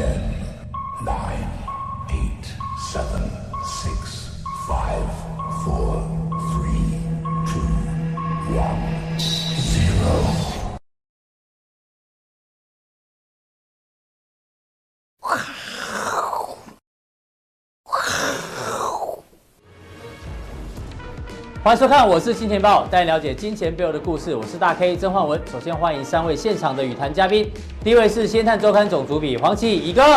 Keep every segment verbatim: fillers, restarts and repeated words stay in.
ten, nine, eight, seven, six, five, four, three, two, one, zero. 欢迎收看，我是金钱豹，带你了解金钱背后的故事。我是大 K 曾焕文。首先欢迎三位现场的语坛嘉宾，第一位是先探周刊总主笔黄奇乙哥，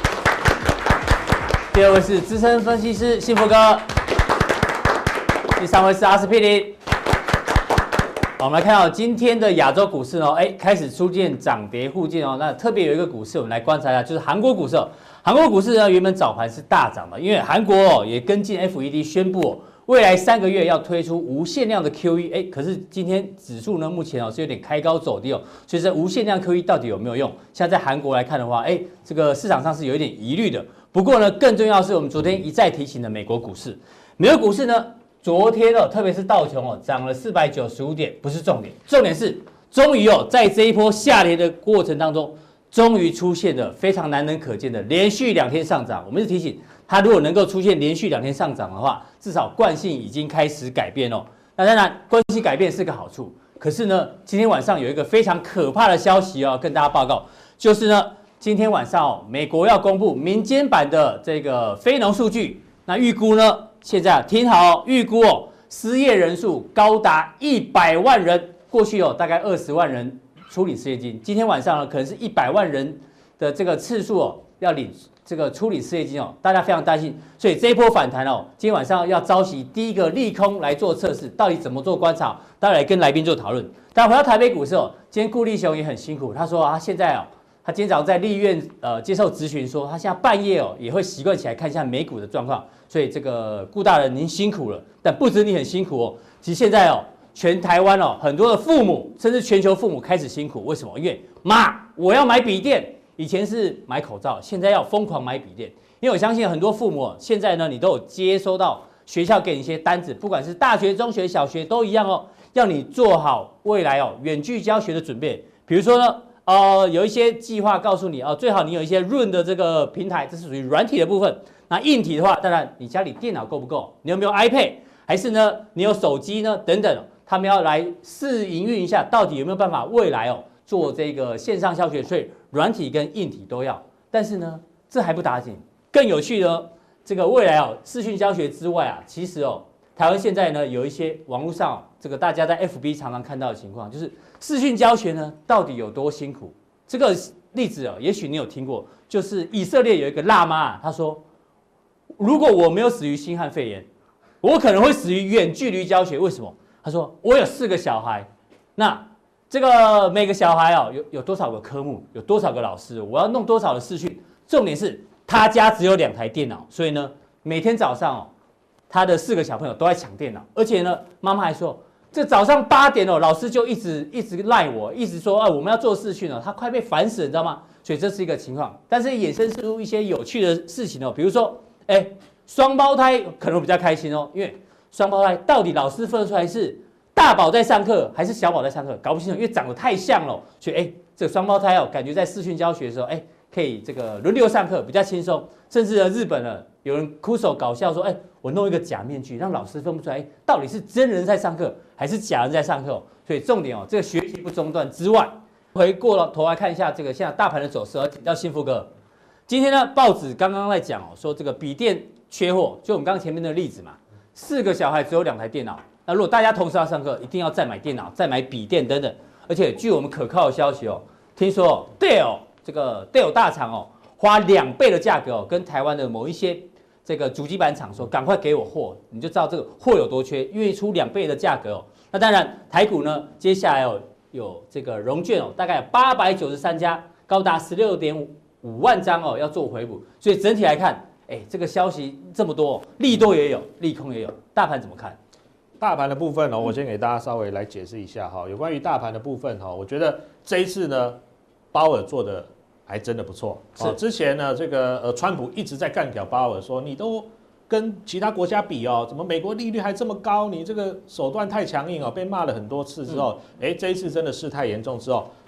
第二位是资深分析师幸福哥，第三位是阿司匹林。好，我们来看到今天的亚洲股市哦，哎，开始出现涨跌互见哦。那特别有一个股市，我们来观察一下，就是韩国股市哦。韩国股市呢，原本早盘是大涨的，因为韩国哦也跟进 F E D 宣布哦。未来三个月要推出无限量的 Q E， 哎，可是今天指数呢，目前哦是有点开高走低哦，所以这无限量 Q E 到底有没有用？像在韩国来看的话，哎，这个市场上是有一点疑虑的。不过呢，更重要的是我们昨天一再提醒的美国股市，美国股市呢，昨天哦，特别是道琼哦，涨了四百九十五点，不是重点，重点是终于哦，在这一波下跌的过程当中，终于出现了非常难能可见的连续两天上涨。我们是提醒。它如果能够出现连续两天上涨的话，至少惯性已经开始改变哦。那当然，惯性改变是个好处。可是呢，今天晚上有一个非常可怕的消息哦，跟大家报告，就是呢，今天晚上哦，美国要公布民间版的这个非农数据。那预估呢，现在听好哦，预估哦，失业人数高达一百万人。过去哦，大概二十万人处理失业金，今天晚上呢，可能是一百万人的这个次数哦，要领。这个处理失业金哦，大家非常担心，所以这一波反弹哦，今天晚上要召集第一个利空来做测试，到底怎么做观察？待会来跟来宾做讨论。但回到台北股市哦，今天顾立雄也很辛苦，他说啊，现在哦，他今天早上在立院呃接受质询说，他现在半夜哦也会习惯起来看一下美股的状况，所以这个顾大人您辛苦了，但不止你很辛苦哦，其实现在哦，全台湾哦很多的父母，甚至全球父母开始辛苦，为什么？因为妈，我要买笔电。以前是买口罩，现在要疯狂买笔电，因为我相信很多父母现在呢，你都有接收到学校给你一些单子，不管是大学、中学、小学都一样哦，要你做好未来哦远距教学的准备。比如说呢，呃，有一些计划告诉你哦，最好你有一些润的这个平台，这是属于软体的部分。那硬体的话，当然你家里电脑够不够？你有没有 iPad？ 还是呢，你有手机呢？等等，他们要来试营运一下，到底有没有办法未来哦做这个线上教学？所以软体跟硬体都要，但是呢，这还不打紧，更有趣的，这个未来哦，视讯教学之外啊，其实哦，台湾现在呢有一些网络上、哦、这个大家在 F B 常常看到的情况，就是视讯教学呢到底有多辛苦？这个例子哦，也许你有听过，就是以色列有一个辣妈、啊，她说，如果我没有死于新汉肺炎，我可能会死于远距离教学。为什么？她说我有四个小孩，那。这个每个小孩哦，有有多少个科目，有多少个老师，我要弄多少的视讯。重点是他家只有两台电脑，所以呢，每天早上哦，他的四个小朋友都在抢电脑，而且呢，妈妈还说，这早上八点哦，老师就一直一直赖我，一直说啊，我们要做视讯哦，他快被烦死了，你知道吗？所以这是一个情况，但是衍生出一些有趣的事情哦，比如说，哎，双胞胎可能比较开心哦，因为双胞胎到底老师分出来是。大宝在上课还是小宝在上课，搞不清楚，因为长得太像了，所以哎，这个双胞胎哦，感觉在视讯教学的时候，哎，可以这个轮流上课，比较轻松。甚至呢，日本呢有人哭手搞笑说，哎，我弄一个假面具，让老师分不出来，哎，到底是真人在上课还是假人在上课、哦。所以重点哦，这个学习不中断之外，回过了头来看一下这个现在大盘的走势，要请教幸福哥。今天呢，报纸刚刚在讲哦，说这个笔电缺货，就我们刚刚前面的例子嘛，四个小孩只有两台电脑。那如果大家同时要上课，一定要再买电脑、再买笔电等等。而且据我们可靠的消息哦，听说哦 Dell 这个 Dell 大厂哦，花两倍的价格哦，跟台湾的某一些这个主机板厂说，赶快给我货，你就知道这个货有多缺，愿意出两倍的价格哦。那当然，台股呢，接下来哦有这个融券哦，大概有八百九十三家，高达十六点五万张哦，要做回补。所以整体来看，哎，这个消息这么多，利多也有，利空也有，大盘怎么看？ 大盘的部分呢、哦，我先给大家稍微来解释一下哈。有关于大盘的部分哈，我觉得这一次呢，鲍尔做的还真的不错。是之前呢，这个呃，川普一直在干掉鲍尔说，你都跟其他国家比哦，怎么美国利率还这么高？你这个手段太强硬哦，被骂了很多次之后，哎、嗯，这一次真的事态严重之后，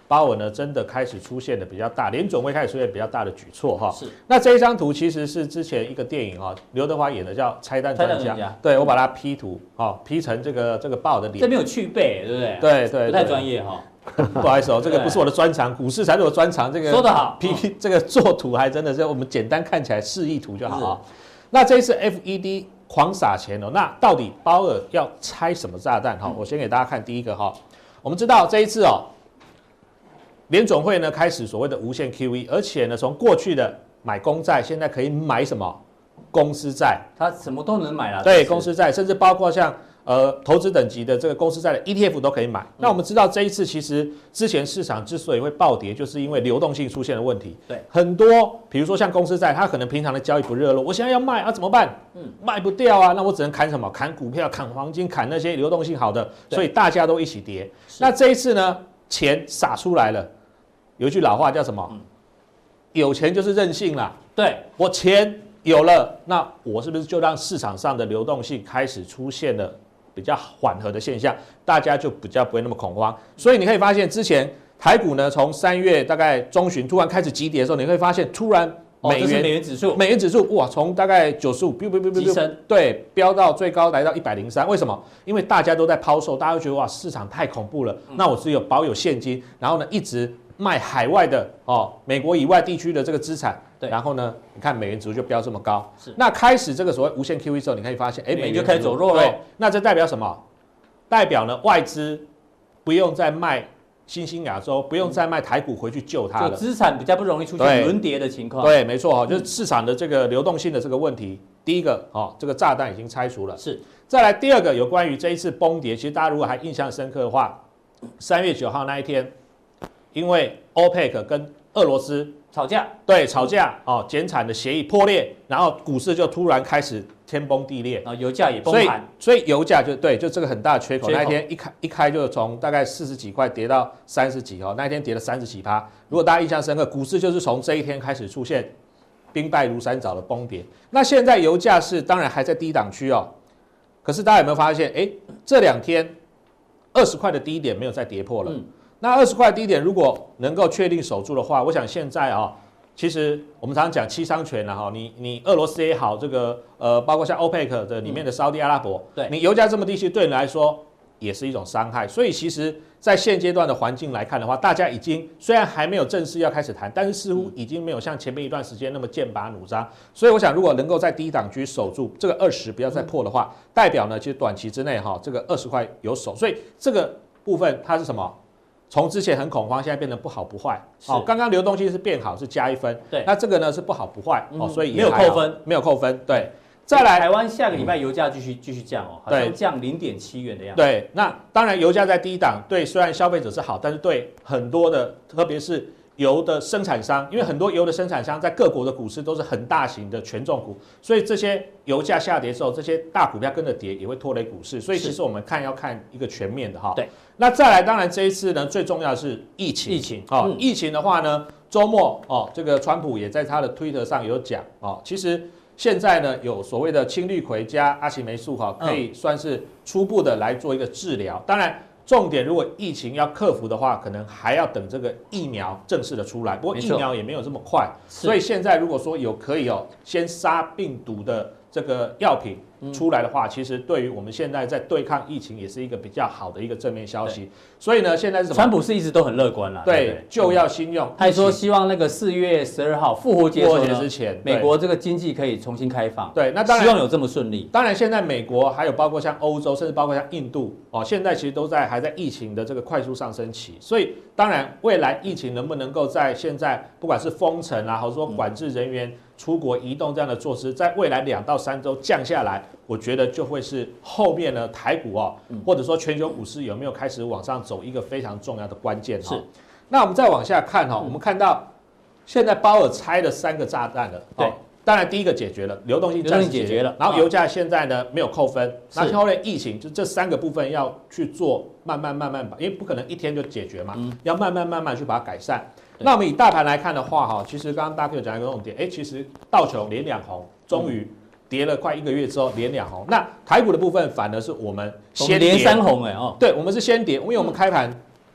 鲍尔呢真的开始出现的比较大，联准会开始出现比较大的举措哈。 是。 那这一张图其实是之前一个电影啊，刘德华演的叫《拆弹专家》，家对我把它 P 图哦 ，P 成这个这个鲍尔的脸。 这边有去背，对不对？ 对对， 不太专业哈。 不好意思哦，这个不是我的专长，股市才是我专长。这个说得好 ，P P 这个做图还真的是我们简单看起来示意图就好啊。那这一次 F E D 狂撒钱哦，那到底鲍尔要拆什么炸弹？哈，我先给大家看第一个哈。我们知道这一次哦，联准会呢开始所谓的无限 Q E， 而且呢从过去的买公债，现在可以买什么公司债？ 它什么都能买了。 对，公司债，甚至包括像。呃，投资等级的这个公司债的 E T F 都可以买。嗯、那我们知道这一次其实之前市场之所以会暴跌，就是因为流动性出现了问题。 对， 很多比如说像公司债，它可能平常的交易不热络，我现在要卖啊，怎么办？嗯，卖不掉啊，那我只能砍什么？砍股票、砍黄金、砍那些流动性好的，所以大家都一起跌。那这一次呢，钱撒出来了，有一句老话叫什么？嗯、有钱就是任性啦。对，我钱有了，那我是不是就让市场上的流动性开始出现了？比较缓和的现象，大家就比较不会那么恐慌。所以你可以发现，之前台股呢，从三月大概中旬突然开始急跌的时候，你会发现突然美元、 哦、美元指数， 美元指数哇，从大概九十五，急升，对，飙到最高来到一百零三。为什么？因为大家都在抛售，大家都觉得哇，市场太恐怖了。嗯、那我只有保有现金，然后呢，一直卖海外的哦，美国以外地区的这个资产。然后呢，你看美元指数就飙这么高，那开始这个所谓无限 Q E 之后，你可以发现，哎，美元就开始走弱了。 对，那这代表什么？代表呢，外资不用再卖新兴亚洲，不用再卖台股回去救它了， 就资产比较不容易出现轮跌的情况。 对，没错哈，就是市场的这个流动性的这个问题。第一个哦，这个炸弹已经拆除了。 是， 再来第二个，有关于这一次崩跌，其实大家如果还印象深刻的话，三月九号那一天，因为 O P E C 跟俄罗斯吵架， 对，吵架哦，减产的协议破裂，然后股市就突然开始天崩地裂， 啊，油价也崩盘， 所以油价就对，就这个很大的缺口，那一天一开一开就从大概四十几块跌到三十几哦，那一天跌了三十几趴。如果大家印象深刻，股市就是从这一天开始出现兵败如山倒的崩跌。那现在油价是当然还在低档区哦，可是大家有没有发现，哎，这两天二十块的低点没有再跌破了。嗯，那二十块低点如果能够确定守住的话，我想现在啊，其实我们常常讲七伤拳啊，哈，你你俄罗斯也好，这个呃，包括像 O P E C 的里面的沙特阿拉伯，嗯、对你油价这么低，其实对你来说也是一种伤害。所以其实，在现阶段的环境来看的话，大家已经虽然还没有正式要开始谈，但是似乎已经没有像前面一段时间那么剑拔弩张。所以我想，如果能够在低档区守住这个二十不要再破的话，嗯、代表呢，其实短期之内哈，这个二十块有守。所以这个部分它是什么？从之前很恐慌，现在变成不好不坏。哦，刚刚流动性是变好，是加一分。对，那这个呢是不好不坏。哦，所以没有扣分， 没有扣分。对，再来， 台湾下个礼拜油价继续继续降哦，好像降零点七元的样子。 对，那当然油价在低档，对，虽然消费者是好，但是对很多的，特别是油的生产商，因为很多油的生产商在各国的股市都是很大型的权重股，所以这些油价下跌之后，这些大股票跟着跌也会拖累股市。所以其实我们看要看一个全面的哈。对。那再来，当然这一次呢，最重要的是疫情。疫情哦，嗯、疫情的话呢，周末哦，这个川普也在他的推特上有讲哦，其实现在呢有所谓的青绿葵加阿奇霉素哈，可以算是初步的来做一个治疗。当然，重点如果疫情要克服的话，可能还要等这个疫苗正式的出来。不过疫苗也没有这么快，所以现在如果说有可以哦，先杀病毒的这个药品出来的话，其实对于我们现在在对抗疫情也是一个比较好的一个正面消息。所以呢，现在是什么？ 川普是一直都很乐观啦， 对，就要新用。 他还说希望那个四月十二号复活节之前， 美国这个经济可以重新开放。 对，那当然希望有这么顺利。 当然，现在美国还有包括像欧洲，甚至包括像印度哦，现在其实都在还在疫情的这个快速上升期。所以，当然未来疫情能不能够在现在不管是封城啊，或者说管制人员出国移动这样的措施，在未来两到三周降下来，我觉得就会是后面呢台股哦，或者说全球股市有没有开始往上走一个非常重要的关键哈。是。那我们再往下看哈，我们看到现在鲍尔拆了三个炸弹了。对。当然第一个解决了，流动性暂时解决了，然后油价现在呢没有扣分，那后面疫情就这三个部分要去做慢慢慢慢把，因为不可能一天就解决嘛，要慢慢慢慢去把它改善。那我们以大盘来看的话，哈，其实刚刚大家有讲一个重点，哎，其实道琼连两红，终于跌了快一个月之后连两红。那台股的部分反而是我们先连三红哎哦， 对，我们是先跌，因为我们开盘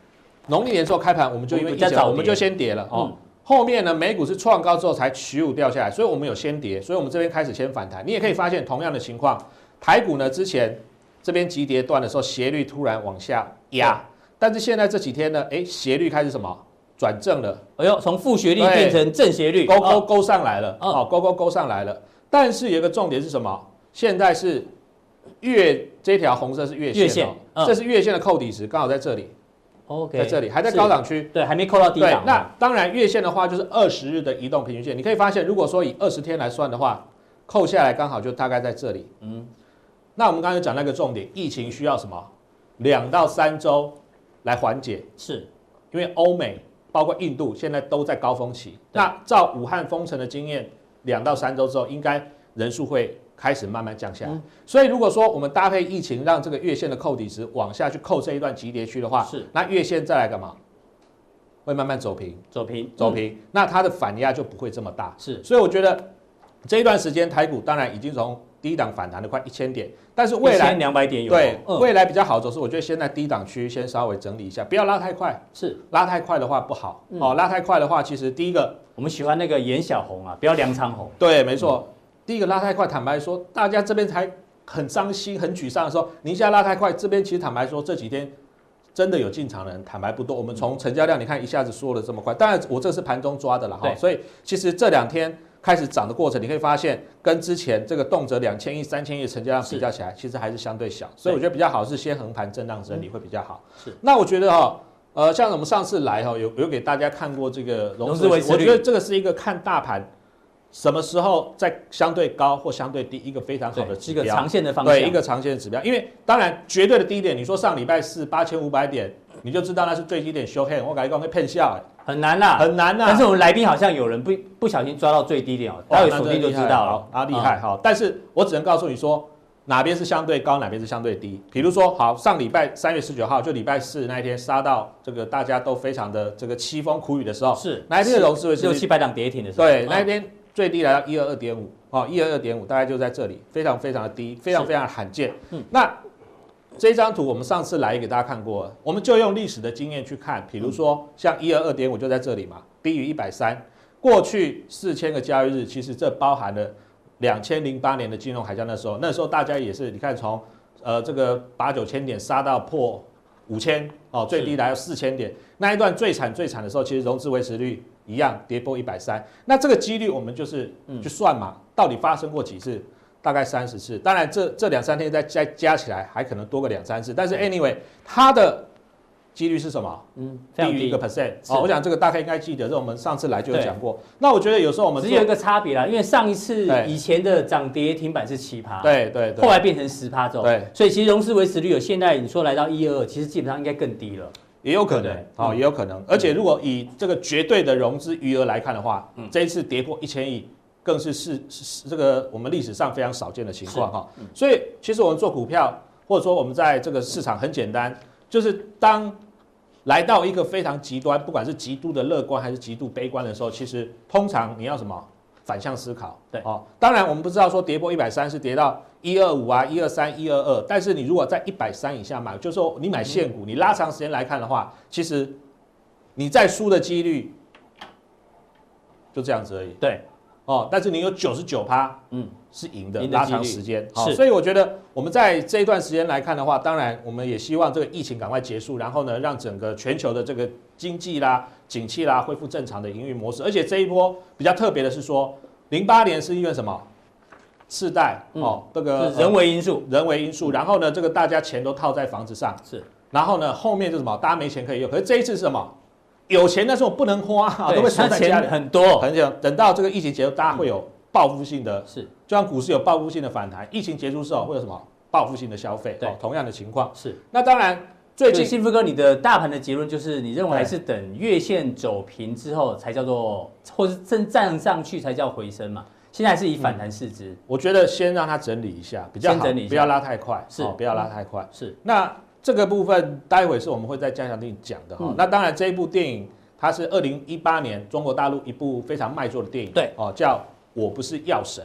农历年之后开盘，我们就因为疫情，我们就先跌了哦。嗯、后面呢，美股是创高之后才起舞掉下来，所以我们有先跌，所以我们这边开始先反弹。你也可以发现同样的情况，台股呢之前这边急跌段的时候，斜率突然往下压，但是现在这几天呢，哎，斜率开始什么转正了？ 哎呦，从负斜率变成正斜率， 勾勾勾上来了，哦，勾勾勾上来了。但是有一个重点是什么？现在是月这条红色是月线，月线嗯、这是月线的扣底值，刚好在这里。OK， 在这里还在高档区， 对，还没扣到低档。 那当然，月线的话就是二十日的移动平均线。你可以发现，如果说以二十天来算的话，扣下来刚好就大概在这里。嗯，那我们刚才讲那个重点，疫情需要什么？两到三周来缓解， 是因为欧美包括印度现在都在高峰期。那照武汉封城的经验，两到三周之后，应该人数会开始慢慢降下来，嗯、所以如果说我们搭配疫情，让这个月线的扣底值往下去扣这一段急跌区的话， 是那月线再来干嘛？会慢慢走平， 走平， 走平，嗯、那它的反压就不会这么大。 是， 所以我觉得这一段时间台股当然已经从低档反弹了快一千点，但是未来一千两百点有对、嗯、未来比较好走势，我觉得先在低档区先稍微整理一下，不要拉太快。 是， 拉太快的话不好。嗯、哦，拉太快的话，其实第一个我们喜欢那个颜小红啊，不要梁长红。 对，没错。嗯第一个拉太快，坦白说，大家这边才很伤心、很沮丧的时候，你现在拉太快，这边其实坦白说，这几天真的有进场的人，坦白不多。我们从成交量，你看一下子缩了这么快，当然我这是盘中抓的了哈，所以其实这两天开始涨的过程，你可以发现跟之前这个动辄两千亿、三千亿的成交量比较起来，其实还是相对小，所以我觉得比较好是先横盘震荡整理会比较好。 是， 那我觉得哈，呃，像我们上次来哈，有有给大家看过这个融资维持率，我觉得这个是一个看大盘什么时候在相对高或相对低一个非常好的指标， 一个长线的方向， 对，一个长线的指标。因为当然绝对的低点，你说上礼拜四八千五百点，你就知道那是最低点 show hand， 我感觉讲会骗笑， 很难呐， 很难呐。 但是我们来宾好像有人不不小心抓到最低点哦，待会锁定就知道了， 啊，厉害哈。但是我只能告诉你说，哪边是相对高，哪边是相对低。比如说，好，上礼拜三月十九号就礼拜四那一天杀到这个大家都非常的这个凄风苦雨的时候， 是那一天的融资维持率六七百档跌停的时候， 对，那一天。最低来到一二二点五，哦，一二二点五，大概就在这里，非常非常的低，非常非常的罕见。嗯，那这张图我们上次来给大家看过了，我们就用历史的经验去看，比如说像一二二点五就在这里嘛，低于一百三，过去四千个交易日，其实这包含了两千零八年的金融海啸那时候，那时候大家也是，你看从呃这个八九千点杀到破五千，哦，最低来到四千点，那一段最惨最惨的时候，其实融资维持率一样跌破一百三，那这个几率我们就是去算嘛，嗯、到底发生过几次？大概三十次。当然这这两三天再再加起来，还可能多个两三次。但是 anyway， 它的几率是什么？嗯，低于一个 percent。哦，我想这个大概应该记得，这我们上次来就有讲过。那我觉得有时候我们只有一个差别啦，因为上一次以前的涨跌停板是七趴， 对对对， 后来变成十趴之后， 对， 所以其实融资维持率有现在你说来到一二二，其实基本上应该更低了。 也有可能，好、哦，也有可能。而且如果以这个绝对的融资余额来看的话，嗯、这一次跌破一千亿，更是是是这个我们历史上非常少见的情况哈。嗯、所以其实我们做股票，或者说我们在这个市场很简单，就是当来到一个非常极端，不管是极度的乐观还是极度悲观的时候，其实通常你要什么反向思考。 对， 哦，当然我们不知道说跌破一百三是跌到一二五啊、一二三、一二二，但是你如果在一百三以下买，就是说你买现股，你拉长时间来看的话，其实你再输的几率就这样子而已。 对， 哦，但是你有九十九趴，嗯，是赢的，拉长时间。 好、哦， 所以我觉得我们在这一段时间来看的话，当然我们也希望这个疫情赶快结束，然后呢，让整个全球的这个经济啦、景气啦恢复正常的营运模式。而且这一波比较特别的是说，零八年是因为什么？次贷哦，这个人为因素， 人为因素，然后呢，这个大家钱都套在房子上， 是， 然后呢，后面就是什么，大家没钱可以用，可是这一次是什么？有钱但是我不能花，都会锁在家里， 很多， 很久，等到这个疫情结束，大家会有报复性的， 是， 就像股市有报复性的反弹，疫情结束之后会有什么报复性的消费？对，同样的情况是。 那当然，最近幸福哥，你的大盘的结论就是，你认为还是等月线走平之后才叫做，或是正站上去才叫回升嘛？现在是以反弹视之、嗯， 我觉得先让它整理一下比较好，不要拉太快， 是、 哦，不要拉太快。 是， 那这个部分待会是我们会在加强定讲的哈、嗯。那当然，这一部电影它是二零一八年中国大陆一部非常卖座的电影， 对， 哦，叫《我不是药神》。嗯、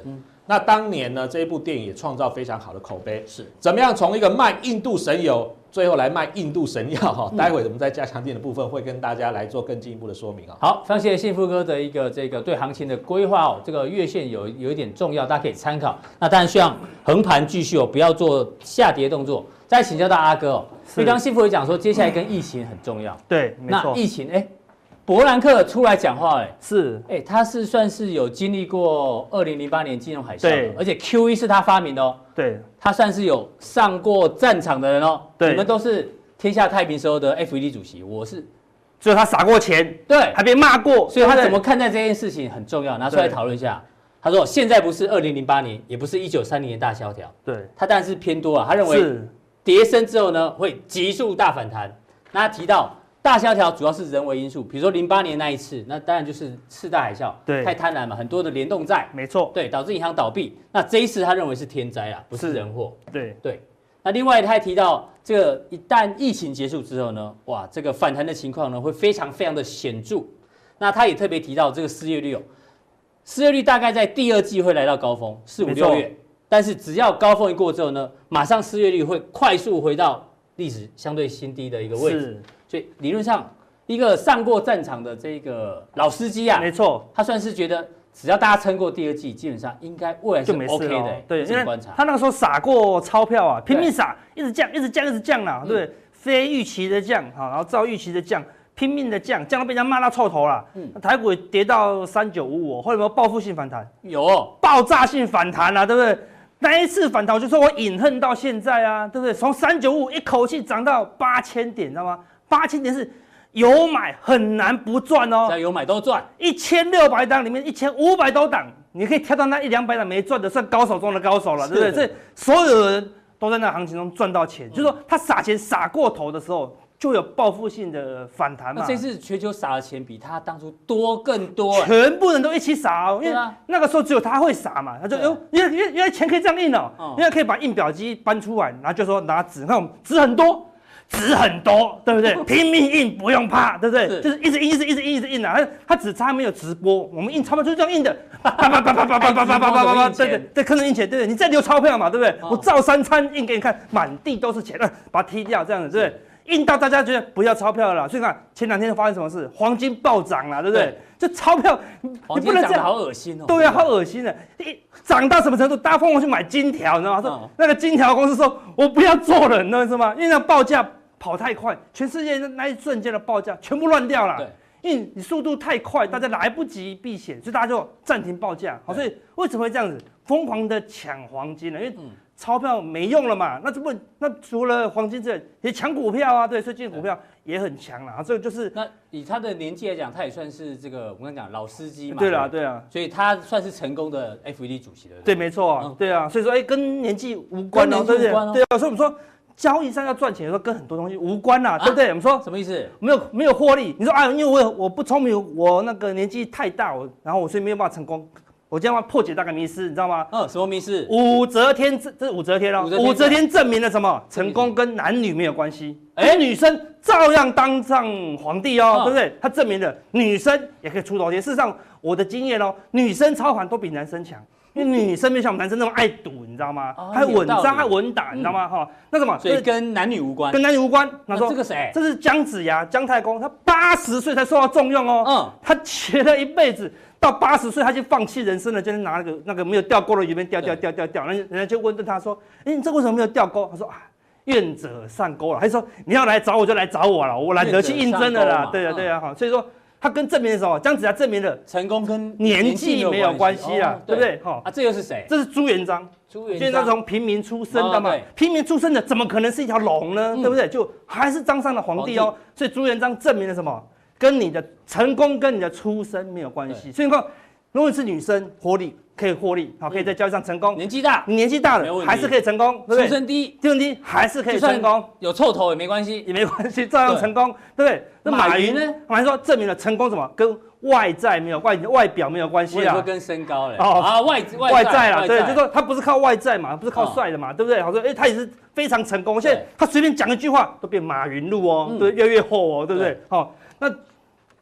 那当年呢，这一部电影也创造非常好的口碑。 是， 怎么样从一个卖印度神油，最后来卖印度神药哈？待会我们在加强店的部分会跟大家来做更进一步的说明啊。 好，非常谢谢幸福哥的一个这个对行情的规划哦，这个月线有有一点重要，大家可以参考。那当然希望横盘继续哦，不要做下跌动作。再请教到阿哥哦，因为刚刚幸福有讲说，接下来跟疫情很重要。 对，没错。 那疫情哎。伯南克出来讲话，哎， 是， 哎，他是算是有经历过二零零八年金融海啸的，而且 Q E 是他发明的哦， 对， 他算是有上过战场的人哦， 对， 你们都是天下太平时候的 F E D 主席，我是， 所以他撒过钱， 对， 还被骂过， 所以他怎么看待这件事情很重要，拿出来讨论一下。他说现在不是二零零八年，也不是一九三零年大萧条， 对， 他当然是偏多啊，他认为跌升之后呢会急速大反弹，那他提到。大萧条主要是人为因素，比如说零八年那一次，那当然就是次贷海啸， 对， 太贪婪嘛，很多的联动债， 没错， 对，导致银行倒闭。那这一次他认为是天灾啊，不是人祸， 对对。那另外他还提到，这个一旦疫情结束之后呢，哇，这个反弹的情况呢会非常非常的显著。那他也特别提到这个失业率哦，失业率大概在第二季会来到高峰，四五六月，但是只要高峰一过之后呢，马上失业率会快速回到历史相对新低的一个位置。所以理论上，一个上过战场的这个老司机啊， 没错， 他算是觉得只要大家撑过第二季，基本上应该未来是 OK 的、欸。 对，因为观察他那个时候撒过钞票啊，拼命撒，一直降，一直降，一直降啦，对不对？非预期的降，好，然后照预期的降，拼命的降，降到被人家骂到臭头了。嗯，台股也跌到三九五五，后来有没有报复性反弹？ 有， 爆炸性反弹啊，对不对？那一次反弹，我就说我隐恨到现在啊，对不对？从三九五一口气涨到八千点，知道吗？八千点是有买很难不赚哦， 只要有买都赚。 一千六百档里面一千五百多档，你可以挑到那一两百档没赚的，算高手中的高手了，对不对？这所有人都在那行情中赚到钱，就是说他撒钱撒过头的时候，就有报复性的反弹嘛。 那这次全球撒的钱比他当初多更多， 全部人都一起撒哦，因为那个时候只有他会撒嘛，他就哟，原来原来钱可以这样印哦，原来可以把印表机搬出来，然后就说拿纸，你看我们纸很多。纸很多，对不对？拼命印不用怕，对不对？就是一直印，一直一直印，一直印啊！它它只差没有直播，我们印钞票就是这样印的，叭叭叭叭叭叭叭叭叭叭叭叭，对对对，坑人印钱，对不对？你再留钞票嘛，对不对？我照三餐印给你看，满地都是钱，把它踢掉，这样子，对不对？印到大家觉得不要钞票了，所以看前两天发生什么事，黄金暴涨了，对不对？就钞票， 你不能这样，好恶心哦！ 对啊，好恶心的，一涨到什么程度？大家疯狂去买金条，你知道吗？说那个金条公司说，我不要做了，你知道吗？因为那报价。跑太快，全世界那一瞬间的报价全部乱掉了。对，因为你速度太快，大家来不及避险，所以大家就暂停报价。好，所以为什么会这样子疯狂的抢黄金呢？因为钞票没用了嘛。那这不那除了黄金之外，也抢股票啊。对，所以今天股票也很强了。这个就是那以他的年纪来讲，他也算是这个我跟你讲老司机嘛。 对啦，对啊， 所以他算是成功的 F E D 主席的。 对，没错啊，对啊。所以说，哎，跟年纪无关哦，对不对？对啊，所以我们说。交易上要赚钱的时候，跟很多东西无关呐、啊，对不对？我们说什么意思？ 没有没有获利。你说啊，因为我我不聪明，我那个年纪太大，我然后我所以没有办法成功。我今天要破解大概迷思，你知道吗？ 嗯，什么迷思？ 武则天这这是武则天哦，武则天证明了什么？成功跟男女没有关系，哎，女生照样当上皇帝哦，对不对？她证明了女生也可以出头天。事实上，我的经验哦，女生操盘都比男生强。因为女生没有像我们男生那么爱赌，你知道吗？哦、还稳扎，还稳打，你知道吗？哈、嗯，那什么？ 所以跟男女无关， 跟男女无关。他说这个谁？ 这是姜子牙，姜太公，他八十岁才受到重用哦。嗯，他学了一辈子，到八十岁他就放弃人生了，就是拿那个那个没有掉钩的鱼边掉掉掉掉掉，人人家就问他说：“哎、欸，你这为什么没有掉钩？”他说：“啊，愿者上钩了。”还说你要来找我就来找我了，我懒得去应征了啦。对啊，对啊，哈、嗯，所以说。他跟证明了什么？姜子牙证明了成功跟年纪没有关系啦，对不对？ 哈啊，这又是谁？ 这是朱元璋。朱元璋从平民出身的嘛，平民出身的怎么可能是一条龙呢？对不对？就还是当上了皇帝哦。所以朱元璋证明了什么？跟你的成功跟你的出身没有关系。所以你看，如果你是女生，活力可以获利，好，可以在交易上成功。 年纪大， 你年纪大了还是可以成功，对不对？ 出身低， 出身低还是可以成功， 有臭头也没关系， 也没关系，照样成功，对不对？那马云呢？马云说证明了成功什么？跟外在没有外外表没有关系啊， 说跟身高嘞哦啊外外在啦，对，就说他不是靠外在嘛，不是靠帅的嘛，对不对？好说，哎，他也是非常成功，现在他随便讲一句话都变马云路哦，对，越越厚哦，对不对？好，那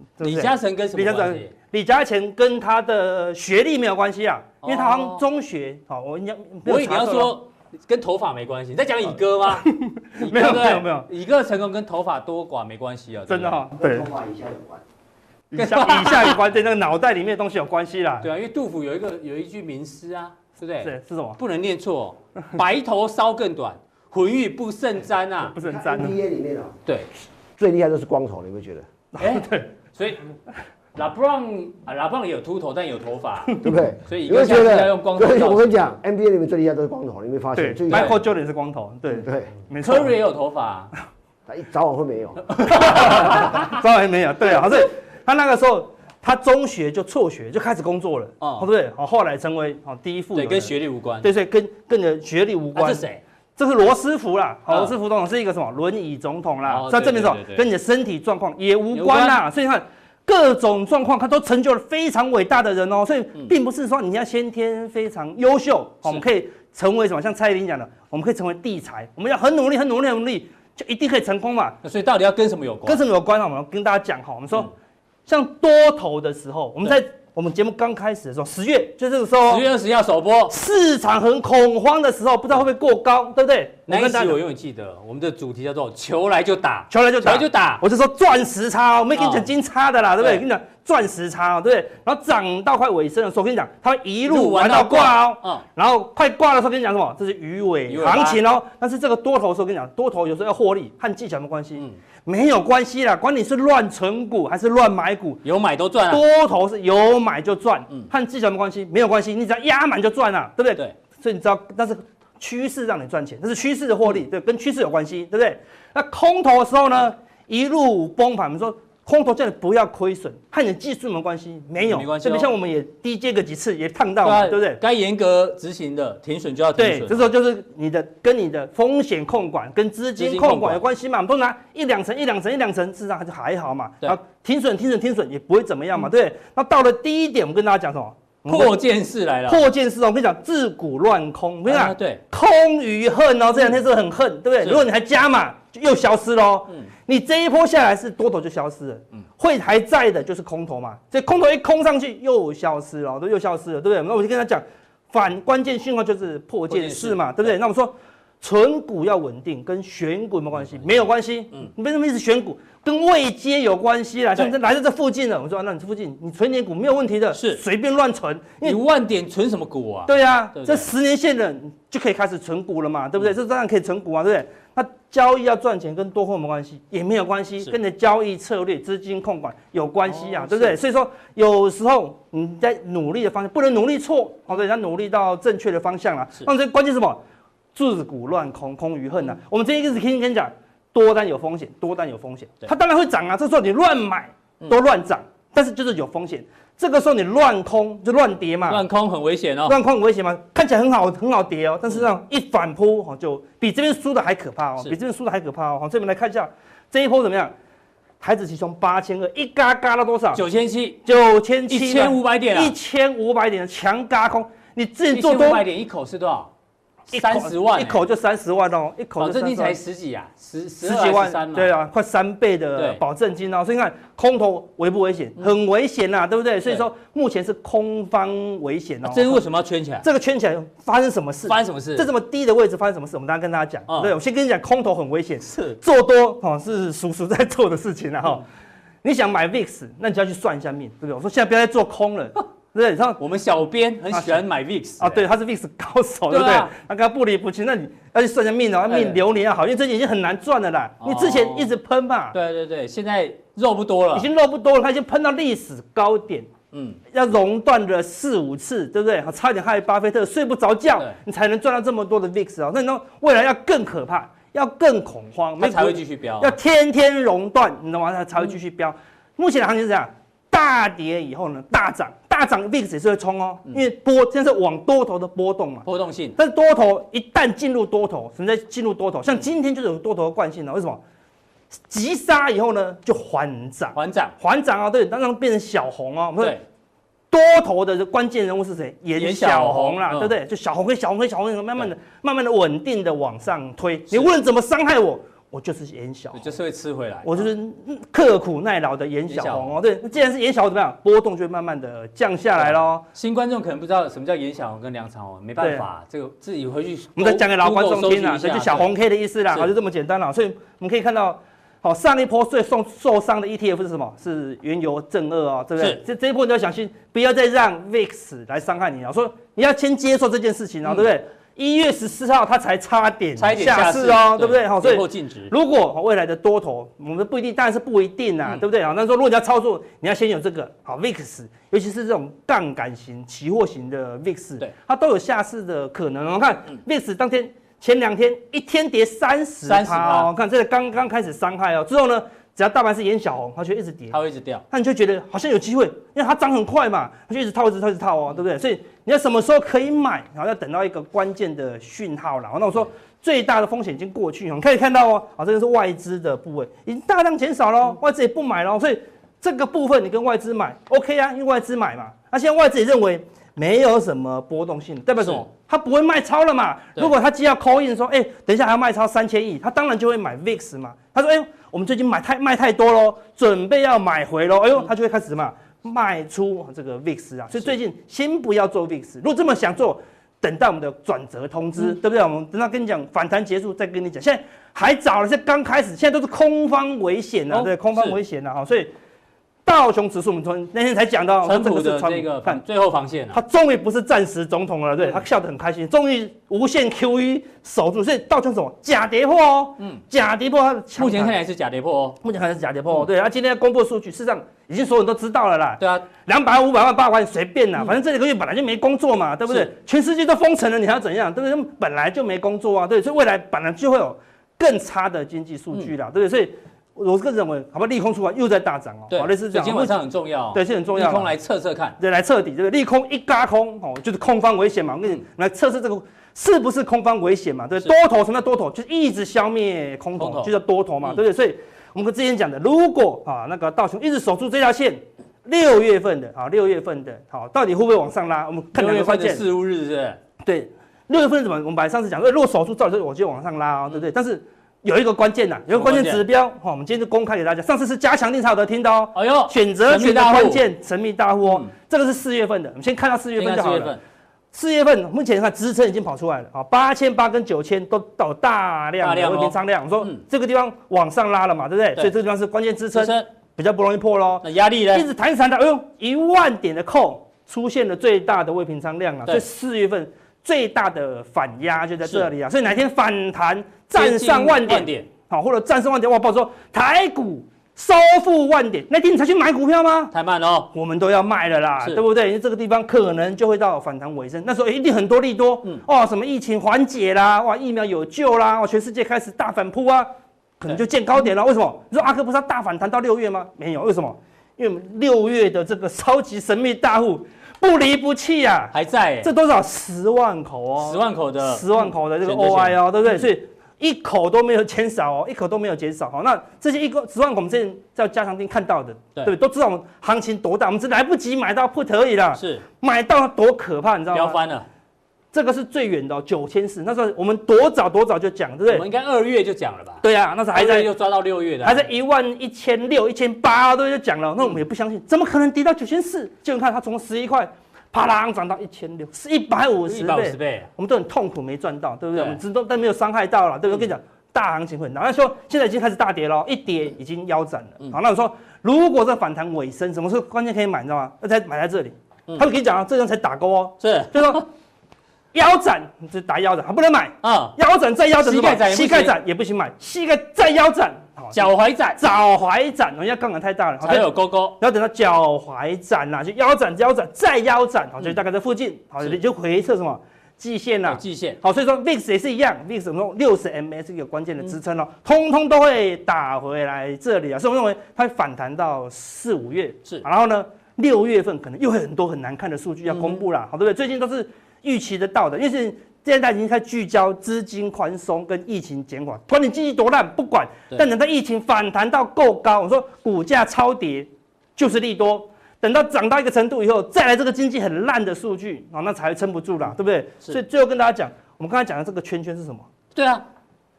李嘉诚跟什么关系？ 李嘉诚跟他的学历没有关系啊，因为他好像中学，好，我应该我以为你要说跟头发没关系，你在讲乙哥吗？ 没有没有没有， 乙哥成功跟头发多寡没关系啊， 真的哈， 对，跟头发以下有关。 以下以下有关，对那个脑袋里面的东西有关系啦。 对啊，因为杜甫有一个有一句名诗啊，对不对？ 对，是什么？ 不能念错，白头搔更短，浑欲不胜簪啊， 不胜簪。 N B A 里面啊， 对， 最厉害就是光头，你有没有觉得？ 哎，对，所以。LeBron 啊 ，LeBron 也有秃头，但有头发， 对不对？ 所以你会觉得要用光头。 我跟你讲 ，N B A 里面最厉害都是光头，你没发现？ 对 ，Michael Jordan 是光头，对对， 没错。 Curry 也有头发， 他一早晚会没有， 早晚没有，对啊，所以他那个时候他中学就辍学，就开始工作了，哦，对不对？好，后来成为好第一富有， 对，跟学历无关， 对，所以跟跟你的学历无关。 这是谁？ 这是罗斯福啦，罗斯福总统是一个什么轮椅总统啦，这证明什么？跟你的身体状况也无关啦，所以你看。各种状况，他都成就了非常伟大的人哦，所以并不是说你要先天非常优秀，我们可以成为什么？像蔡依林讲的，我们可以成为地才，我们要很努力、很努力、很努力，就一定可以成功嘛。 所以到底要跟什么有关？ 跟什么有关呢？我们跟大家讲哈，我们说，像多头的时候，我们在我们节目刚开始的时候，十月就这个时候， 十月二十号首播， 市场很恐慌的时候，不知道会不会过高，对不对？ 那一期我永远记得，我们的主题叫做“球来就打， 球来就打， 球就打”。 我就说钻石差，我没跟你讲金差的啦，对不对？跟你讲钻石差，对不对？然后涨到快尾声的时候，我跟你讲，它会一路玩到挂哦。嗯。然后快挂的时候，跟你讲什么？这是鱼尾行情哦。但是这个多头的时候，跟你讲，多头有时候要获利，和技巧没关系。嗯。没有关系啦，管你是乱存股还是乱买股， 有买都赚啊。 多头是有买就赚，嗯，和技巧没关系，没有关系，你只要压满就赚了，对不对？ 对。 所以你知道，但是趋势让你赚钱，这是趋势的获利，对，跟趋势有关系，对不对？那空头的时候呢，一路崩盘，我们说空头叫你不要亏损，和你的技术有没有关系？没有， 没关系。 特别像我们也低接个几次，也烫到了，对不对？ 该严格执行的停损就要停损。 对，这时候就是你的跟你的风险控管跟资金控管有关系嘛，我们都拿一两成、一两成、一两成，事实上还是还好嘛。然后停损、停损、停损也不会怎么样嘛，对。那到了第一点，我们跟大家讲什么？ 破剑式来了， 破剑式哦！我跟你讲，自古乱空，我跟你讲， 对， 空余恨哦，这两天是很恨，对不对？如果你还加码，就又消失喽。嗯，你这一波下来是多头就消失了，嗯，会还在的就是空头嘛。所以空头一空上去又消失了，都又消失了，对不对？那我就跟他讲，反关键讯号就是破剑式嘛，对不对？那我们说，存股要稳定，跟选股有没有关系？没有关系。嗯，你为什么一直选股？跟位阶有关系啦，像这来到这附近了，我说、啊、那你这附近你存点股没有问题的， 是随便乱存， 一万点存什么股啊？ 对呀、啊，这十年线的就可以开始存股了嘛，对不对？这、嗯、当然可以存股啊，对不对？那交易要赚钱跟多空有没有关系？也没有关系，跟你的交易策略、资金控管有关系啊，哦、对不对？所以说有时候你在努力的方向不能努力错，哦，对，要努力到正确的方向啦。那这关键是什么？自古乱空，空余恨呐、啊。嗯、我们今天一直听跟你讲。多单有风险，多单有风险，它当然会涨啊。这时候你乱买都乱涨，嗯、但是就是有风险。这个时候你乱空就乱跌嘛， 乱空很危险哦， 乱空很危险嘛，看起来很好很好跌哦，但是让一反扑哦，就比这边输的还可怕哦，比这边输的还可怕哦。好，这边来看一下这一波怎么样？台指期从八千二一嘎嘎到多少？ 九千七， 九千七， 一千五百点啊， 一千五百点的强嘎空，你自己做多五百点一口是多少？三十万、欸， 一口就三十万哦，一口保证金才十几啊，十十几万，对啊，快三倍的保证金哦。所以你看空头危不危险？很危险呐、啊，对不对？所以说目前是空方危险哦。 这个为什么要圈起来？ 这个圈起来发生什么事？ 发生什么事？ 这这么低的位置发生什么事？我们大家跟大家讲，嗯、对，我先跟你讲，空头很危险， 是做多哦，是叔叔在做的事情啊哈。嗯、你想买 V I X， 那你就要去算一下命，对不对？我说现在不要再做空了。对，然后我们小编很喜欢买 V I X 啊，对，他是 V I X 高手，对不对？他跟他不离不弃，那你要去算一下命哦，命流年要好，因为最近已经很难赚了啦。你之前一直喷嘛， 对对对，现在肉不多了， 已经肉不多了，他已经喷到历史高点，嗯，要熔断了四五次，对不对？差一点害巴菲特睡不着觉，你才能赚到这么多的 V I X 哦。那你说未来要更可怕，要更恐慌， 它才会继续飙， 要天天熔断，你懂吗？它才会继续飙。目前的行情是这样。大跌以后呢，大涨，大涨 V I X 也是会冲哦，因为波现在是往多头的波动嘛， 波动性。 但是多头一旦进入多头，什么叫进入多头？像今天就是有多头的惯性了，为什么？急杀以后呢，就缓涨， 缓涨， 缓涨啊，对，当然变成小红哦。对，多头的关键人物是谁？演小红啦，对不对？就小红跟小红跟小红慢慢的、慢慢的稳定的往上推。你无论怎么伤害我。 我就是严小红， 就是会吃回来， 我就是刻苦耐劳的严小红哦。对，既然是严小红怎么样，波动就会慢慢的降下来咯。 新观众可能不知道什么叫严小红跟梁长红，没办法，这个自己回去我们再讲给老观众听啦，这就小红 K 的意思啦，好，就这么简单啦。所以我们可以看到。好，上一波最受受伤的 E T F 是什么？是原油正二哦，对不对？这这一波你要小心，不要再让 V I X 来伤害你了。说你要先接受这件事情哦，对不对？一月十四号它才差点下市哦，对不对？好，所以如果未来的多头，我们不一定，当然是不一定啊，对不对？好，那说如果你要操作，你要先有这个好 V I X， 尤其是这种杠杆型、期货型的 V I X， 对，它都有下市的可能。我看 V I X 当天。前两天一天跌三十趴哦，看这个刚刚开始伤害哦，之后呢，只要大盘是演小红，它就一直跌， 它会一直掉， 那你就觉得好像有机会，因为它涨很快嘛，它就一直套，一直套，一直套哦，对不对？所以你要什么时候可以买，然后要等到一个关键的讯号啦。那我说最大的风险已经过去，我们可以看到哦，啊，这个是外资的部位已经大量减少了，外资也不买了，所以这个部分你跟外资买 OK 啊，因为外资买嘛，那现在外资也认为。没有什么波动性，代表什么？他不会卖超了嘛？如果他既要 call in 说，哎、欸，等一下还要卖超三千亿，他当然就会买 V I X 嘛。他说，哎、欸，我们最近买太卖太多喽，准备要买回喽，哎呦，他就会开始什么卖出这个 V I X 啊。所以最近先不要做 V I X， 如果这么想做，等到我们的转折通知，嗯、对不对？我们等到跟你讲反弹结束再跟你讲。现在还早了，现在刚开始，现在都是空方危险啊，哦、对，空方危险啊，哈，所以。道琼指数，我们从那天才讲到， 川普的这个看最后防线、啊， 他终于不是暂时总统了，对，他笑得很开心，终于无限 Q E 守住，所以道琼什么假跌破哦，嗯，假跌破，它的目前看来是假跌破哦， 目前看来是假跌破哦，嗯、对，他、啊、今天要公布的数据，事实上已经所有人都知道了啦， 对啊， 两百万、五百万、八百万随便啦，嗯、反正这几个月本来就没工作嘛，对不对？全世界都封城了，你还要怎样？对不对？本来就没工作啊，对，所以未来本来就会有更差的经济数据啦，嗯、对不对？所以。我个人认为，好不好？利空出来又在大涨哦， 对， 类似这样。 今天晚上很重要， 对，是很重要。 利空来测测看， 对，来测底，这个利空一嘎空哦，就是空方危险嘛。我跟你来测试这个是不是空方危险嘛？对，多头什么叫多头？就是一直消灭空头，就叫多头嘛，对不对？所以我们之前讲的，如果啊那个道琼一直守住这条线，六月份的啊，六月份的好，到底会不会往上拉？我们看两个关键。 四五日是不是？ 对，六月份怎么？我们本来上次讲，如果守住，照理说我就往上拉哦，对不对？但是。有一个关键呐，有一个关键指标，好，我们今天就公开给大家。上次是加强定才有得听的哦。哎呦，选择权的关键神秘大户哦，嗯、这个是四月份的，我们先看到四月份就好了。四月份目前看支撑已经跑出来了啊，八千八跟九千都到大量的未平仓量。我说这个地方往上拉了嘛，对不对？所以这个地方是关键支撑，比较不容易破喽。 那压力呢？ 一直弹一弹的，哎呦，一万点的扣出现了最大的未平仓量啊，所以四月份。最大的反压就在这里啊，所以哪天反弹站上万点，好，或者站上万点，哇，报说台股收复万点，那天你才去买股票吗？ 太慢了哦， 我们都要卖了啦，对不对？因为这个地方可能就会到反弹尾声，那时候一定很多利多，嗯，哦，什么疫情缓解啦，哇，疫苗有救啦，哇，全世界开始大反扑啊，可能就见高点了。为什么？你说阿哥不是要大反弹到六月吗？没有，为什么？因为我们六月的这个超级神秘大户。不离不弃啊， 还在、欸， 这多少十万口哦， 十万口的， 十万口的这个 O I 哦，对不对？嗯、所以一口都没有减少哦，一口都没有减少哦。那这些一个十万口，我们之前在加强店看到的，对不对？都知道我们行情多大，我们只来不及买到 put 而已啦，是买到多可怕，你知道吗？ 飙翻了。 这个是最远的九千四，那时候我们多早多早就讲，对不对？ 我们应该二月就讲了吧？ 对啊，那时候还在又抓到六月的， 还在一万一千六、一千八，对，就讲了。那我们也不相信，怎么可能跌到九千四？就你看它从十一块。啪啦涨到一千六，是一百五十倍，我们都很痛苦没赚到，对不对？我们只都但没有伤害到了，对不对？我跟你讲，大行情会很大。那说现在已经开始大跌了，一跌已经腰斩了。好，那我说如果这反弹尾声，什么时候关键可以买，你知道吗？那才买在这里。他会跟你讲啊，这张才打勾哦， 是， 就说腰斩，就打腰斩，还不能买啊，腰斩再腰斩，膝盖斩膝盖斩也不行买，膝盖再腰斩。 脚踝斩， 脚踝斩，人家杠杆太大了， 才有勾勾。 然后等到脚踝斩啦，就腰斩、腰斩再腰斩，好，就大概在附近，好，你就回测什么季线啦， 季线。 好，所以说 V I X 也是一样 ，V I X 我们用六十 M A 是一个关键的支撑哦，通通都会打回来这里啊，所以我认为它会反弹到四五月是，然后呢，六月份可能又会很多很难看的数据要公布啦，好，对不对？最近都是预期得到的，因为是。现在大家已经开始聚焦资金宽松跟疫情减缓，管你经济多烂不管，但等到疫情反弹到够高，我说股价超跌就是利多，等到涨到一个程度以后，再来这个经济很烂的数据啊，那才会撑不住啦，对不对？所以最后跟大家讲，我们刚才讲的这个圈圈是什么？ 对啊，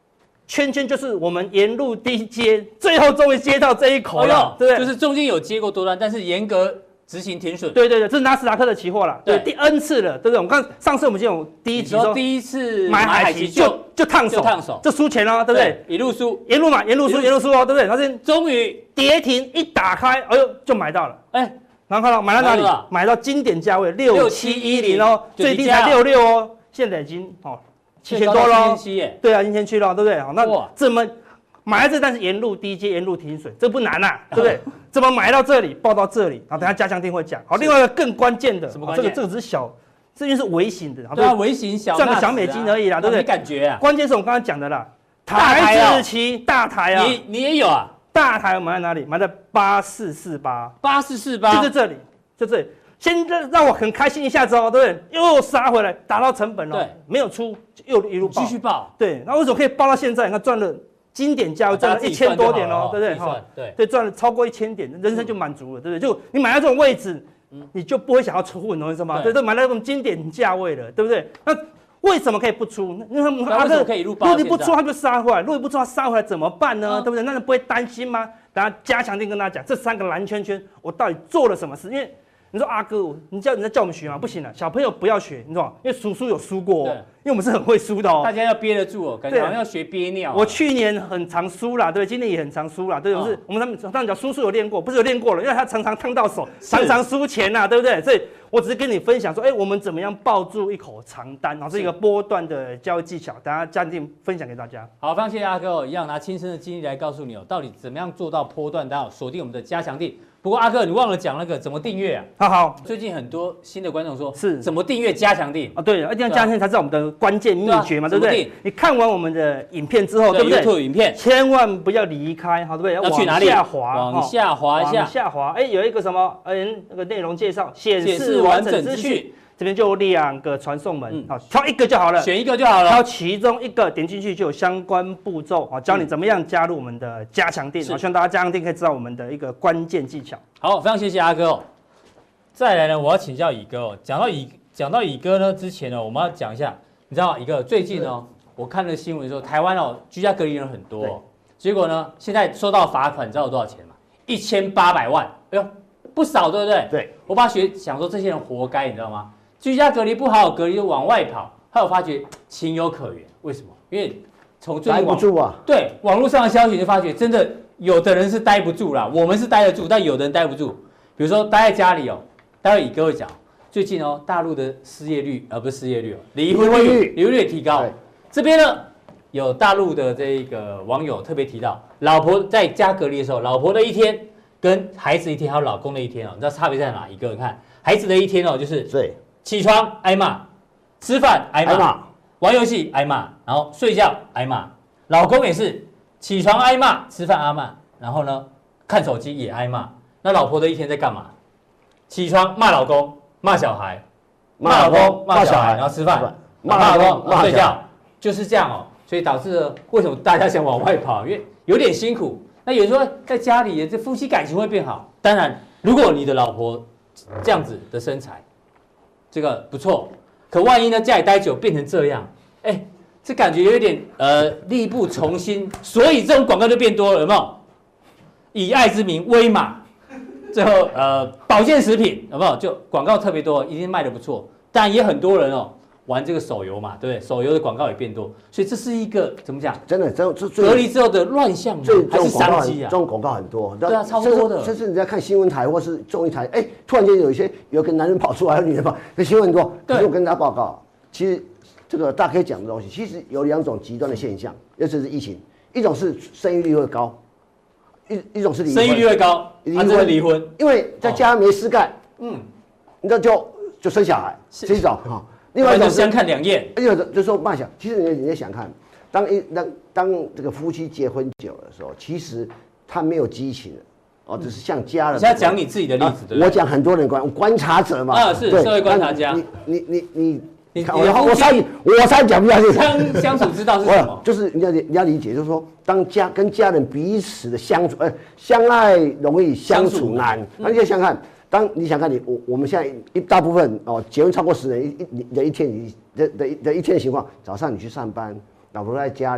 圈圈就是我们沿路低接，最后终于接到这一口了，对不对？ 就是中间有接过多单，但是严格执行停损。 对对对，这是纳斯达克的期货了，对， 对第 N 次了，对不对？我们看上次我们就有第一集说第一次买海期就就烫手， 烫手， 就输钱了，对不对？ 一路输， 沿路买，沿路输，沿路输哦，对不对？然后终于跌停一打开，哎呦，就买到了，哎，然后看到买到哪里？买到经典价位六七一零哦，最低才六六哦，现在已经哦七千多喽，对啊，今天去了，对不对？好，那怎么买在这？但是沿路低接，沿路停损，这不难呐、啊，对不对？怎么买到这里，报到这里？好，等下加强定会讲。好，另外一个更关键的， 什么关键？ 这个这个只是小，这就是微型的， 对啊，微型小赚个小美金而已啦，对不对？ 没感觉啊。 关键是我们刚刚讲的啦，台子期大台啊， 你你也有啊？ 大台我买在哪里？买在八四四八， 八四四八， 就在这里，就这里。先让让我很开心一下子哦，对不对？又杀回来，达到成本了，对，没有出，又一路继续爆， 对。那为什么可以爆到现在？你看赚了经典价位赚了一千多点哦，对不对？哈， 对对，赚了超过一千点，人生就满足了，对不对？就你买到这种位置，你就不会想要出，你懂我意思吗？对，都买到这种经典价位了，对不对？那为什么可以不出？因为他们阿哥，如果你不出，他就杀回来；如果你不出，他杀回来怎么办呢？对不对？那你不会担心吗？等下加强定跟大家讲，这三个蓝圈圈我到底做了什么事？因为你说阿哥，你叫你在叫我们学吗？不行了，小朋友不要学，你知道吗？因为叔叔有输过、哦，因为我们是很会输的哦。 大家要憋得住哦，感觉好像要学憋尿、啊。 我去年很常输啦，对，今年也很常输啦，对，我、哦、是我们他们他们讲叔叔有练过，不是有练过了，因为他常常烫到手，常常输钱呐，对不对？所以我只是跟你分享说，哎、欸，我们怎么样抱住一口长单，然后是一个波段的交易技巧，等下嘉定分享给大家。 好，非常谢谢阿哥哦，一样拿亲身的经历来告诉你哦，到底怎么样做到波段单，锁定我们的加强定。不过阿哥，你忘了讲那个怎么订阅啊？ 好好， 最近很多新的观众说是怎么订阅加强定啊？对，一定要加强定才知道我们的关键秘诀嘛，对不对？你看完我们的影片之后，对不对 ？YouTube 影片千万不要离开，好，对不对？ 要去哪里？ 往下滑， 往下滑一下， 往下滑。哎，有一个什么？嗯，那个内容介绍显示完整资讯。这边就有两个传送门，好、嗯，挑一个就好了， 选一个就好了， 挑其中一个，点进去就有相关步骤，好，教你怎么样加入我们的加强定，好，希望大家加强定可以知道我们的一个关键技巧。 好，非常谢谢阿哥哦。再来呢，我要请教乙哥哦。讲到乙讲到乙哥呢之前呢，我们要讲一下，你知道乙哥最近哦，我看了新闻说台湾哦居家隔离人很多、哦，结果呢现在收到罚款，你知道有多少钱吗？一千八百万，哎呦，不少，对不对？ 对， 我把学想说这些人活该，你知道吗？居家隔离不好好隔离就往外跑，后来我发觉情有可原。为什么？因为从最近待不住啊。 对，网络上的消息就发觉，真的有的人是待不住啦，我们是待得住，但有的人待不住。比如说待在家里哦，待会乙哥会讲，最近哦，大陆的失业率，而、呃、不是失业率哦，离婚率离婚率提高。这边呢，有大陆的这个网友特别提到，老婆在家隔离的时候，老婆的一天跟孩子一天，还有老公的一天哦，你知道差别在哪？一个看孩子的一天哦，就是对。起床挨骂，吃饭挨骂，玩游戏挨骂，然后睡觉挨骂。老公也是起床挨骂，吃饭挨骂，然后呢看手机也挨骂。那老婆的一天在干嘛？起床骂老公，骂小孩，骂老公骂小孩，然后吃饭，骂老公睡觉，就是这样哦。所以导致了为什么大家想往外跑？因为有点辛苦。那有时候在家里，这夫妻感情会变好。当然，如果你的老婆这样子的身材，这个不错，可万一呢家里待久变成这样，哎，这感觉有点呃力不从心，所以这种广告就变多了，有没有？以爱之名威马，最后呃保健食品有没有？就广告特别多，一定卖得不错，但也很多人哦玩这个手游嘛，对不对？手游的广告也变多，所以这是一个怎么讲？ 真的，这这隔离之后的乱象吗？还是商机啊？ 这种广告很多， 对啊，超多的。 甚至你在看新闻台或是综艺台，哎，突然间有一些有个男人跑出来，有女人跑，这新闻很多。可是我跟大家报告，其实这个大家可以讲的东西，其实有两种极端的现象，尤其是疫情，一种是生育率会高，一一种是离婚。 生育率会高，离婚离婚， 因为在家没事干，嗯，那就就生小孩，是一种哈。另外一种相看两厌， 另外一种就是说慢想，其实你你在想看，当一当当这个夫妻结婚久的时候，其实他没有激情了，哦，只是像家人。 你现在讲你自己的例子，对不对？ 我讲很多人观观察者嘛， 啊，是社会观察家。 你你你你你， 我才我才讲不下去。 相相处之道是什么？ 就是你要你要理解，就是说，当家跟家人彼此的相处，呃，相爱容易相处难。那你就想看。当你想看你我我们现在一大部分哦结婚超过十年一一的一天你的的的一天的情况，早上你去上班，老婆在家里，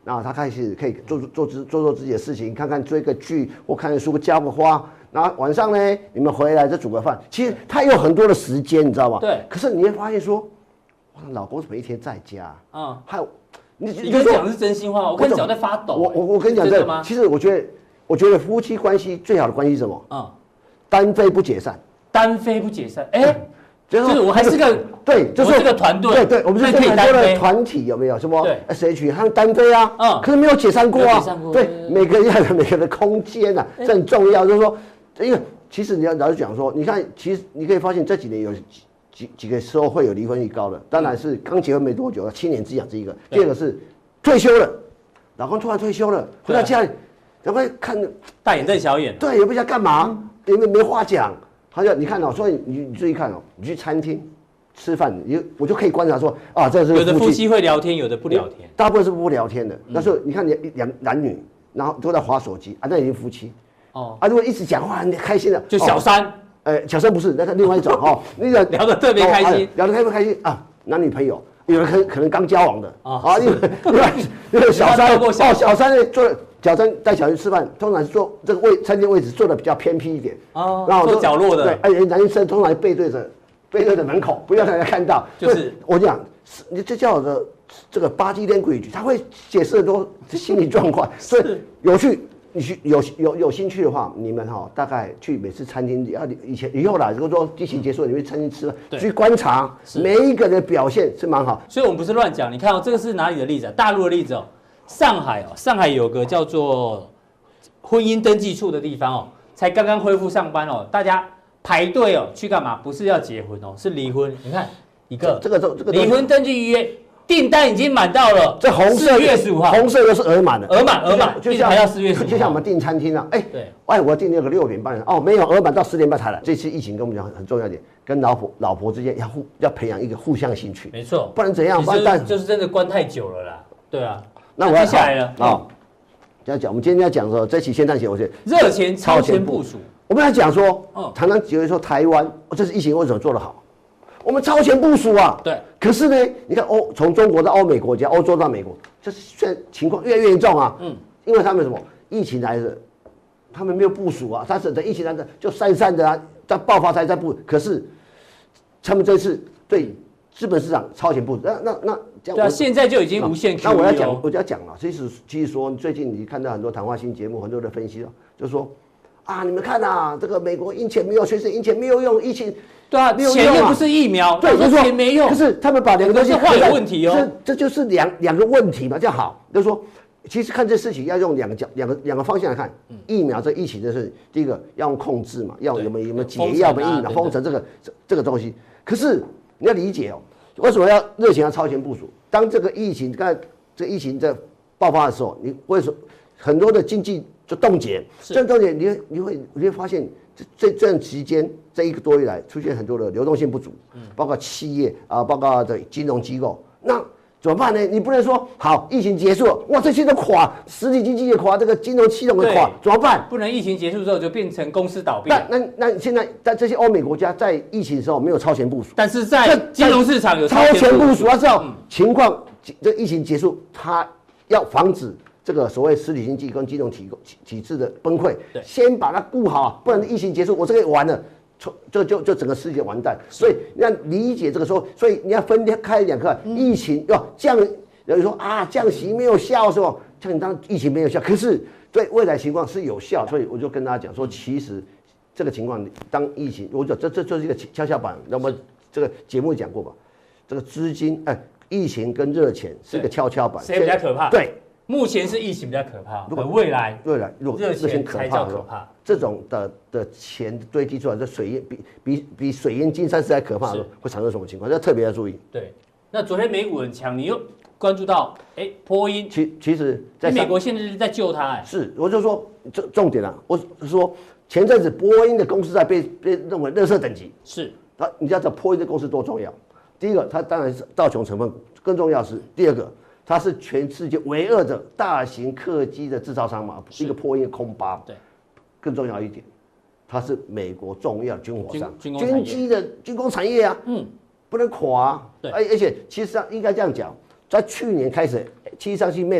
然后他开始可以做做做做做自己的事情，看看追个剧或看个书，浇个花。然后晚上呢，你们回来再煮个饭。其实他有很多的时间，你知道吗？ 对。 可是你会发现说，哇，老公怎么一天在家？嗯，还有， 你你跟讲的是真心话，我看你脚在发抖。 我我我跟你讲这个，其实我觉得，我觉得夫妻关系最好的关系是什么？嗯，单飞不解散。 单飞不解散，哎。就是我还是个对，就是这个团队， 对对，我们是很多的团体有没有什么 S H 他们单飞啊，嗯，可是没有解散过啊，对，每个人要有每个人的空间啊，这很重要。就是说，因为其实你要老实讲说，你看，其实你可以发现这几年有几几几个时候会有离婚率高的，当然是刚结婚没多久，七年之痒是一个，第二个是退休了，老公突然退休了，回到家里，赶快看大眼瞪小眼， 对，也不知道干嘛，因为没话讲。他就你看哦，所以你你注意看哦，你去餐厅吃饭，你我就可以观察说啊，这是有的夫妻会聊天，有的不聊天， 大部分是不聊天的。那时候你看你两男女，然后都在滑手机啊，那已经夫妻哦啊，如果一直讲话很开心的， 就小三， 呃，小三不是那个另外一种哦，那个聊得特别开心， 聊得开不开心啊？男女朋友，有的可可能刚交往的啊，因为因为因为小三哦，小三呢做。小三带小孩吃饭，通常是坐这个位餐厅位置坐的比较偏僻一点， 哦，然后坐角落的， 对，而且男生通常背对着背对着门口，不要让人家看到。就是我讲，你这叫的这个巴基连规矩，他会解释很多心理状况，所以有趣。你去有有有兴趣的话，你们哈大概去每次餐厅要以前以后啦，如果说疫情结束，你去餐厅吃，去观察每一个人的表现是蛮好。 所以我们不是乱讲，你看哦，这个是哪里的例子啊？大陆的例子哦。上海哦，上海有个叫做婚姻登记处的地方哦，才刚刚恢复上班哦，大家排队哦去干嘛？不是要结婚哦，是离婚。你看一个这个这个离婚登记预约订单已经满到了， 这红色四月十五号， 红色又是额满的， 额满额满，就像排到四月十五号， 就像我们订餐厅啊，哎，对，哎，我订那个六点半哦，没有额满到十点半才来。这次疫情跟我们讲很很重要一点，跟老婆老婆之间要互要培养一个互相兴趣， 没错， 不然怎样？ 但就是真的关太久了啦，对啊。 那我要接下来了啊，这样讲，我们今天要讲说这期先探险，我觉得热钱超前部署。 我们来讲说，常常觉得说台湾这次疫情为什么做得好？我们超前部署啊。 对。 可是呢，你看欧从中国到欧美国家，欧洲到美国，就是现在情况越来越严重啊。嗯。因为他们什么疫情来了，他们没有部署啊，他是等疫情来的就散散的啊，在爆发才在部。可是他们这次对资本市场超前部署，那那那。 对啊，现在就已经无限 Q E 那我要讲，我就要讲了。其实，其实说最近你看到很多谈话性节目，很多的分析了，就是说啊，你们看啊，这个美国印钱没有，全是印钱没有用，疫情对啊，钱又不是疫苗， 对，就是说钱没用。 可是他们把两个东西画有问题哦， 这这就是两两个问题嘛，这样好。就是说，其实看这事情要用两个角、两个两个方向来看。疫苗这疫情的是第一个要用控制嘛，要有没有有没有解药、没疫苗封城这个这这个东西。可是你要理解哦。为什么要热情要超前部署？当这个疫情，看这疫情在爆发的时候，你为什么很多的经济就冻结？这冻结，你你会你会发现这这这段期间这一个多月来出现很多的流动性不足，包括企业啊，包括的金融机构，那怎么办呢？你不能说好疫情结束了，哇，这些都垮，实体经济也垮，这个金融系统也垮，怎么办？ 不能疫情结束之后就变成公司倒闭。 那那那现在在这些欧美国家在疫情的时候没有超前部署， 但是在金融市场有超前部署。要知道情况，这疫情结束，它要防止这个所谓实体经济跟金融体体制的崩溃，先把它顾好，不然疫情结束，我这个完了。就就就整个世界完蛋，所以你要理解这个时候，所以你要分开两个，疫情要降，有人说啊降息没有效是吧？降息当然疫情没有效，可是对未来情况是有效，所以我就跟大家讲说，其实这个情况当疫情，我讲这这就是一个跷跷板，那么这个节目讲过吧？这个资金哎，疫情跟热钱是一个跷跷板， 谁比较可怕？ 对。 目前是疫情比较可怕，如果未来未来如果热钱才叫可怕， 这种的的钱堆积出来，这水淹比比比水淹金山是还可怕的，会产生什么情况？要特别要注意。 对，那昨天美股很强，你又关注到哎波音， 其其实在美国现在是在救它哎， 是我就说重重点啊，我是说前阵子波音的公司在被被认为垃圾等级， 是啊，你要知道波音的公司多重要。第一个，它当然是道琼成分股，更重要是第二个。它是全世界唯二的大型客机的制造商嘛，一个波音空巴。对，更重要一点，它是美国重要军火商， 军军机的军工产业啊，嗯，不能垮啊。对，而而且其实上应该这样讲，在去年开始，七三七 MAX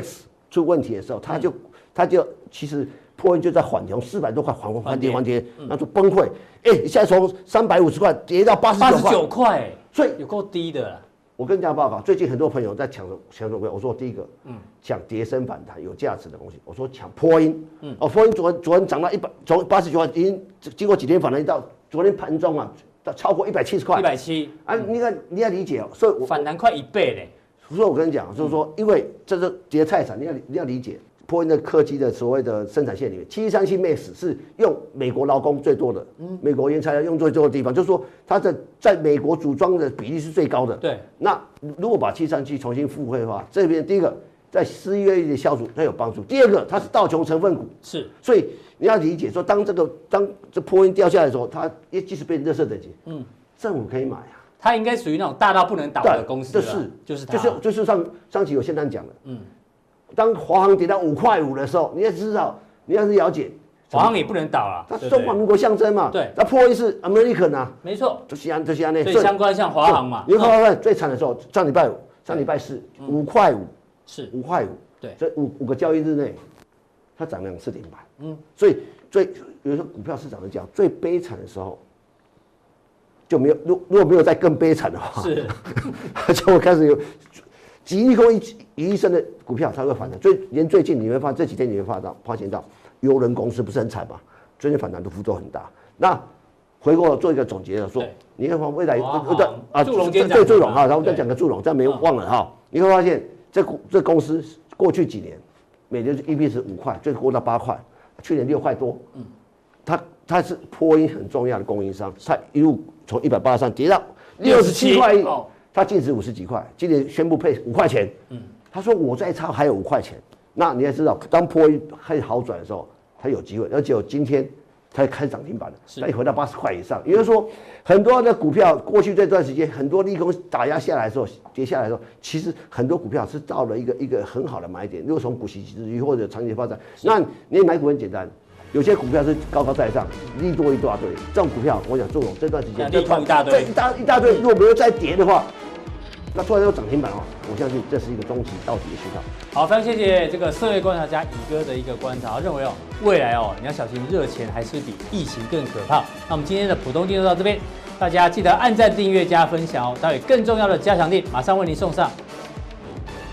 出问题的时候，它就它就其实波音就在缓从四百多块缓缓缓跌缓跌，那就崩溃。哎，现在从三百五十块跌到八十九块， 八十九块， 所以有够低的啦。 我跟大家报告，最近很多朋友在抢抢股票。我说第一个，嗯，抢跌升反弹有价值的东西。我说抢波音，嗯，哦，波音昨天昨天涨到一百，从八十九块已经经过几天反弹到昨天盘中啊，到超过一百七十块。 一百七啊，你看你要理解哦，所以我反弹快一倍嘞。 所以我跟你讲，就是说，因为这是跌太惨，你要你要理解。波音的客机的所谓的生产线里面，七三七 MAX 是用美国劳工最多的，嗯，美国原材料用最多的地方，就是说它的在美国组装的比例是最高的。 对， 那如果把七三七重新复汇的话，这边第一个在失业率的消除它有帮助，第二个它是道琼成分股， 是， 所以你要理解说，当这个当这波音掉下来的时候，它即使变成垃圾等级，嗯，政府可以买啊。 它应该属于那种大到不能倒的公司了， 就是就是它， 就是就是上上期有现在讲的，嗯。当华航跌到五块五的时候，你要知道，你要是了解， 华航也不能倒了， 它中华民国象征嘛。 对， 那波音是 American 啊， 没错， 就是安就是安内。 所以相关像华航嘛， 你会发现最惨的时候，上礼拜五、上礼拜四五块五， 是五块五， 对， 这五五个交易日内，它涨两次停板。嗯，所以最比如说股票市场的讲，最悲惨的时候就没有，如如果没有再更悲惨的话， 是， 就会开始有。几亿空一一亿升的股票才会反弹，最连最近你会发现这几天你会发到发现到，邮轮公司不是很惨吗？最近反弹的幅度很大。那回过做一个总结的说，你看未来啊，祝融对祝融哈，然后再讲个祝融，这样没忘了哈。你会发现这这公司过去几年每年 E P S 五块，最高到八块，去年六块多。嗯，它它是波音很重要的供应商，它一路从一百八十三跌到六十七块一。他净值五十几块，今年宣布配五块钱。嗯，他说我再抄还有五块钱。那你也知道，当波音开始好转的时候，它有机会。而且今天才开始涨停板了，它一回到八十块以上。也就是说，很多的股票过去这段时间，很多利空打压下来的时候，跌下来的时候，其实很多股票是到了一个一个很好的买点。如果从股息之余或者长期发展，那你买股很简单。有些股票是高高在上，利多一大堆，这种股票我讲这种这段时间利空一大堆， 一大一大堆，如果没有再跌的话，那突然又涨停板哦，我相信这是一个中期到底的讯号。 好，非常谢谢这个社会观察家乙哥的一个观察，认为哦，未来哦你要小心热钱还是比疫情更可怕。那我们今天的浦东定就到这边，大家记得按赞、订阅、加分享哦。待会更重要的加强定马上为您送上。